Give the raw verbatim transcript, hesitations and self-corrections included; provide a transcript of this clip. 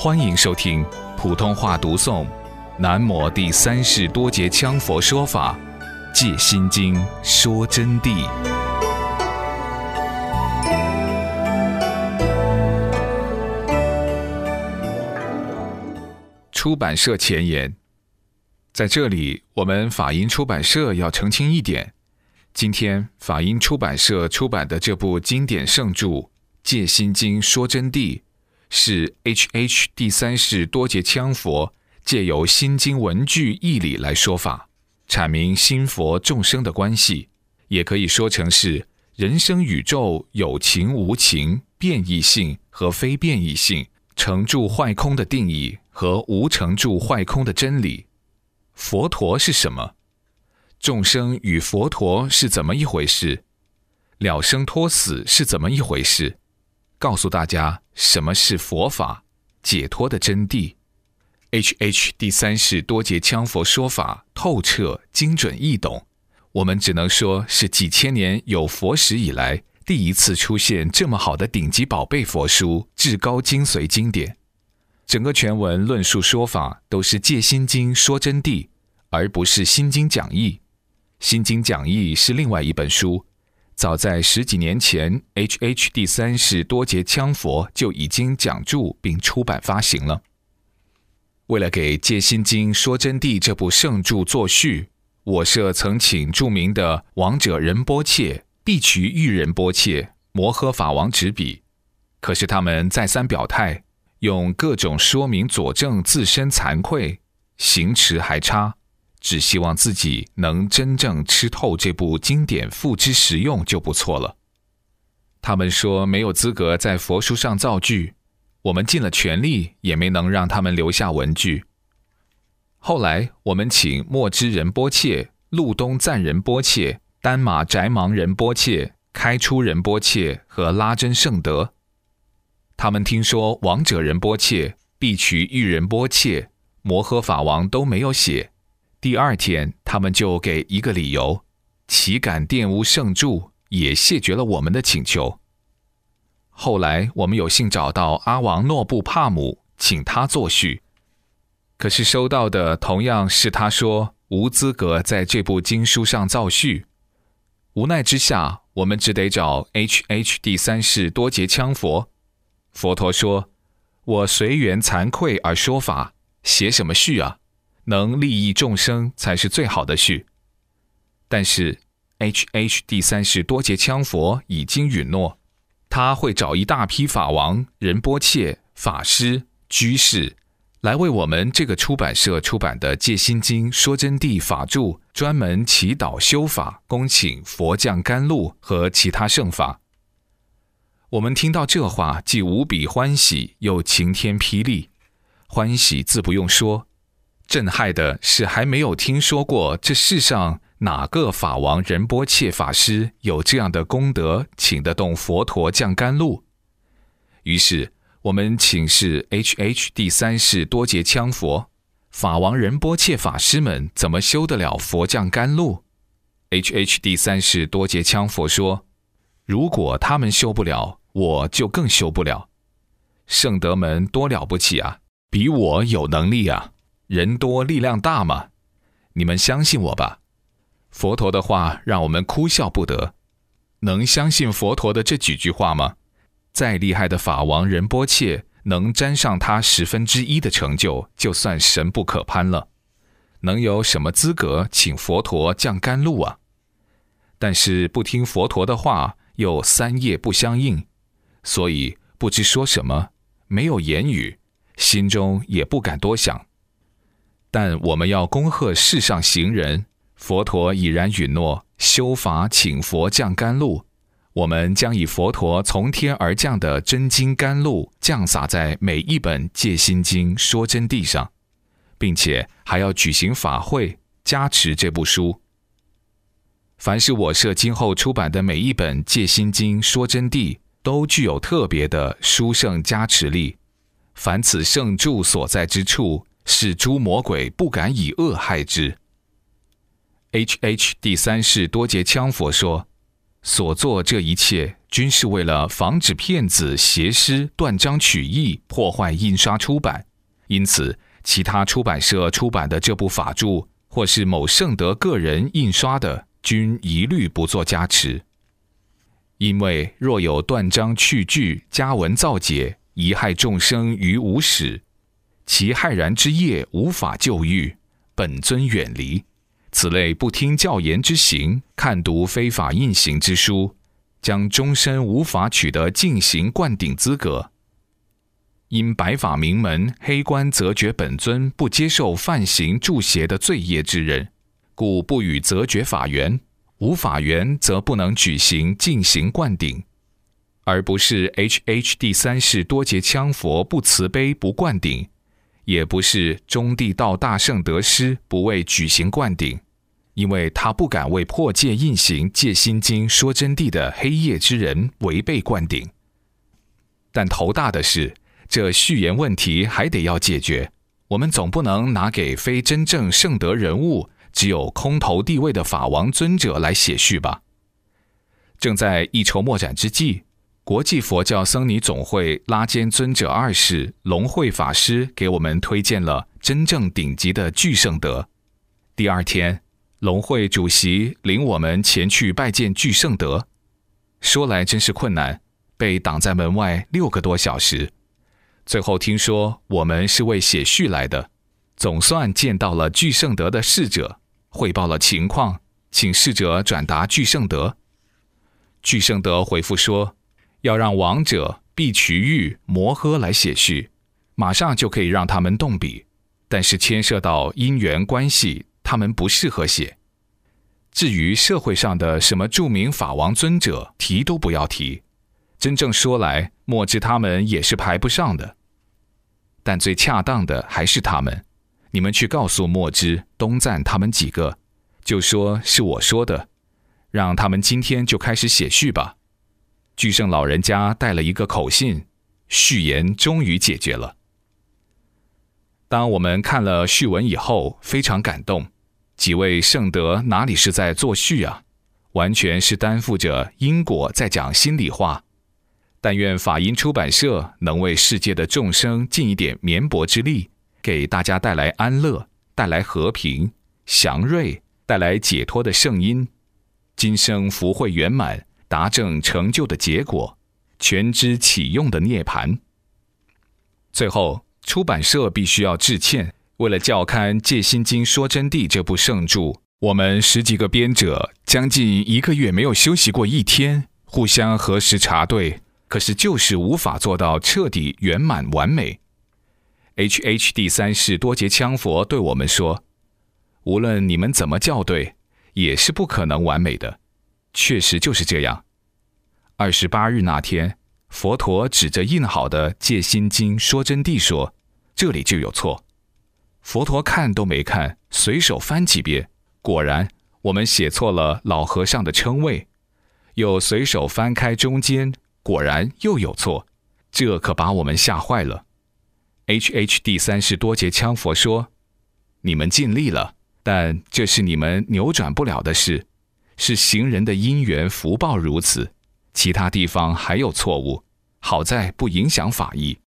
欢迎收听普通话读诵南摩第三世多杰羌佛说法戒心经说真谛。出版社前言，在这里我们法音出版社要澄清一点，今天法音出版社出版的这部经典圣著《戒心经说真谛》，是 H H 第三世多杰羌佛借由心经文句义理来说法，阐明心佛众生的关系，也可以说成是人生宇宙有情无情、变异性和非变异性、成住坏空的定义和无成住坏空的真理。佛陀是什么？众生与佛陀是怎么一回事？了生脱死是怎么一回事？告诉大家什么是佛法，解脱的真谛。H H 第三世多杰羌佛说法透彻精准易懂，我们只能说是几千年有佛史以来第一次出现这么好的顶级宝贝佛书，至高精髓经典。整个全文论述说法都是戒心经说真谛，而不是心经讲义。心经讲义是另外一本书，早在十几年前 H H 第三世多杰羌佛就已经讲著并出版发行了。为了给《戒心经说真谛》这部圣著作序，我社曾请著名的王者仁波切、必渠玉仁波切、摩诃法王执笔，可是他们再三表态，用各种说明佐证自身惭愧，行持还差，只希望自己能真正吃透这部经典，付之实用就不错了。他们说没有资格在佛书上造句，我们尽了全力也没能让他们留下文句。后来我们请墨知仁波切、路东赞仁波切、丹马宅芒仁波切、开出仁波切和拉真圣德。他们听说王者仁波切、必渠玉仁波切、摩诃法王都没有写，第二天他们就给一个理由，岂敢玷污圣著，也谢绝了我们的请求。后来我们有幸找到阿王诺布帕姆，请他作序，可是收到的同样是他说无资格在这部经书上造序。无奈之下，我们只得找 H H 第三世多杰羌佛。佛陀说，我随缘惭愧而说法，写什么序啊？能利益众生才是最好的序。但是 H H 第三世多杰羌佛已经允诺，他会找一大批法王、仁波切、法师、居士来为我们这个出版社出版的《戒心经说真谛》法著专门祈祷修法，恭请佛降甘露和其他圣法。我们听到这话，既无比欢喜，又晴天霹雳。欢喜自不用说，震撼的是还没有听说过这世上哪个法王仁波切法师有这样的功德，请得动佛陀降甘露。于是我们请示 H H 第三世多杰羌佛，法王仁波切法师们怎么修得了佛降甘露？ H H 第三世多杰羌佛说，如果他们修不了，我就更修不了。圣德们多了不起啊，比我有能力啊，人多力量大嘛，你们相信我吧。佛陀的话让我们哭笑不得，能相信佛陀的这几句话吗？再厉害的法王仁波切能沾上他十分之一的成就，就算神不可攀了，能有什么资格请佛陀降甘露啊？但是不听佛陀的话，又三业不相应，所以不知说什么，没有言语，心中也不敢多想。但我们要恭贺世上行人，佛陀已然允诺修法请佛降甘露，我们将以佛陀从天而降的真经甘露降洒在每一本戒心经说真谛上，并且还要举行法会加持这部书。凡是我社今后出版的每一本戒心经说真谛，都具有特别的殊胜加持力，凡此圣著所在之处，是诸魔鬼不敢以恶害之。H H 第三世多杰羌佛说， 所做这一切，均是为了防止骗子挟师断章取义，破坏印刷出版。因此，其他出版社出版的这部法著，或是某圣德个人印刷的，均一律不做加持。因为若有断章去句、加文造解，贻害众生于无始，其害然之业无法救愈，本尊远离。此类不听教言之行，看读非法印行之书，将终身无法取得净行灌顶资格。因白法名门黑官则觉本尊不接受犯行助邪的罪业之人，故不予则觉法缘，无法缘则不能举行净行灌顶，而不是 H H 第三世多劫羌佛不慈悲不灌顶，也不是中地道大圣得师不为举行灌顶，因为他不敢为破戒印行戒心经说真谛的黑业之人违背灌顶。但头大的是，这序言问题还得要解决，我们总不能拿给非真正圣德人物，只有空头地位的法王尊者来写序吧。正在一筹莫展之际，国际佛教僧尼总会拉肩尊者二世龙慧法师给我们推荐了真正顶级的具圣德。第二天，龙慧主席领我们前去拜见具圣德，说来真是困难，被挡在门外六个多小时。最后听说我们是为写序来的，总算见到了具圣德的侍者，汇报了情况，请侍者转达具圣德。具圣德回复说，要让王者毕瞿玉摩诃来写序，马上就可以让他们动笔，但是牵涉到因缘关系，他们不适合写。至于社会上的什么著名法王尊者，提都不要提，真正说来，莫知他们也是排不上的。但最恰当的还是他们，你们去告诉墨知、东赞他们几个，就说是我说的，让他们今天就开始写序吧。具圣老人家带了一个口信，序言终于解决了。当我们看了序文以后，非常感动。几位圣德哪里是在作序啊，完全是担负着因果在讲心里话。但愿法音出版社能为世界的众生尽一点绵薄之力，给大家带来安乐，带来和平、祥瑞，带来解脱的圣音，今生福慧圆满，达正成就的结果，全知启用的涅槃。最后，出版社必须要致歉，为了校刊《戒心经说真谛》这部圣著，我们十几个编者将近一个月没有休息过一天，互相核实查对，可是就是无法做到彻底圆满完美。H H 第三世多劫羌佛对我们说，无论你们怎么校对，也是不可能完美的。确实就是这样。二十八日那天，佛陀指着印好的《戒心经说真谛》说，这里就有错。佛陀看都没看，随手翻几遍，果然我们写错了老和尚的称谓，又随手翻开中间，果然又有错，这可把我们吓坏了。H H 第三世多劫羌佛说，你们尽力了，但这是你们扭转不了的事，是行人的因缘福报如此，其他地方还有错误，好在不影响法义。